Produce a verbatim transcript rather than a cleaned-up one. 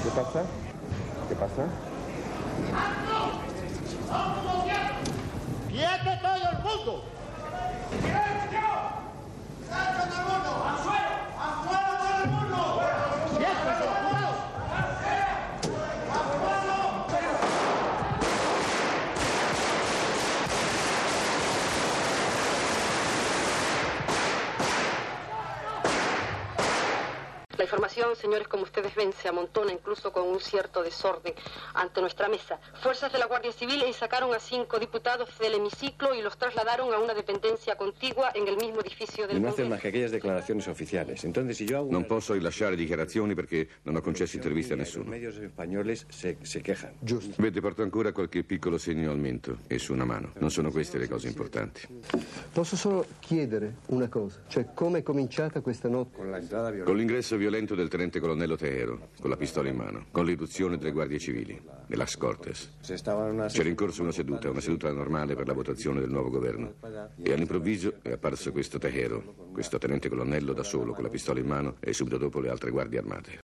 ¿Qué pasa? ¿Qué pasa? ¡Quieto todo el mundo! ¡Silencio! ¡Silencio todo el mundo! ¡Al suelo! ¡Al suelo todo el mundo! ¡Quieto, jurados! ¡Al suelo! La información, señores, como ustedes ven, se amontona incluso con un cierto desorden ante nuestra mesa. Fuerzas de la Guardia Civil sacaron a cinco diputados del hemiciclo y los trasladaron a una dependenza contigua en el mismo edificio del Non Congresso. afferma che aquellas declarazioni ufficiali. Entonces, si yo hago Non posso rilasciare dichiarazioni perché non ho concesso interviste a Los nessuno. medios españoles se, se quejan. Giusto. Vede, porto ancora qualche piccolo segno al mento e su una mano. Non sono queste le cose importanti. Posso solo chiedere una cosa, cioè come è cominciata questa notte? Con la entrada Con violenta. l'ingresso violento del tenente colonnello Tehero, con la pistola in mano, con l'irruzione delle guardie civili, dell'Ax Cortes. Se estaba en una... C'era in corso una seduta, una seduta normale per la votazione del nuovo governo. E all'improvviso è apparso questo Tehero, questo tenente colonnello da solo, con la pistola in mano, e subito dopo le altre guardie armate.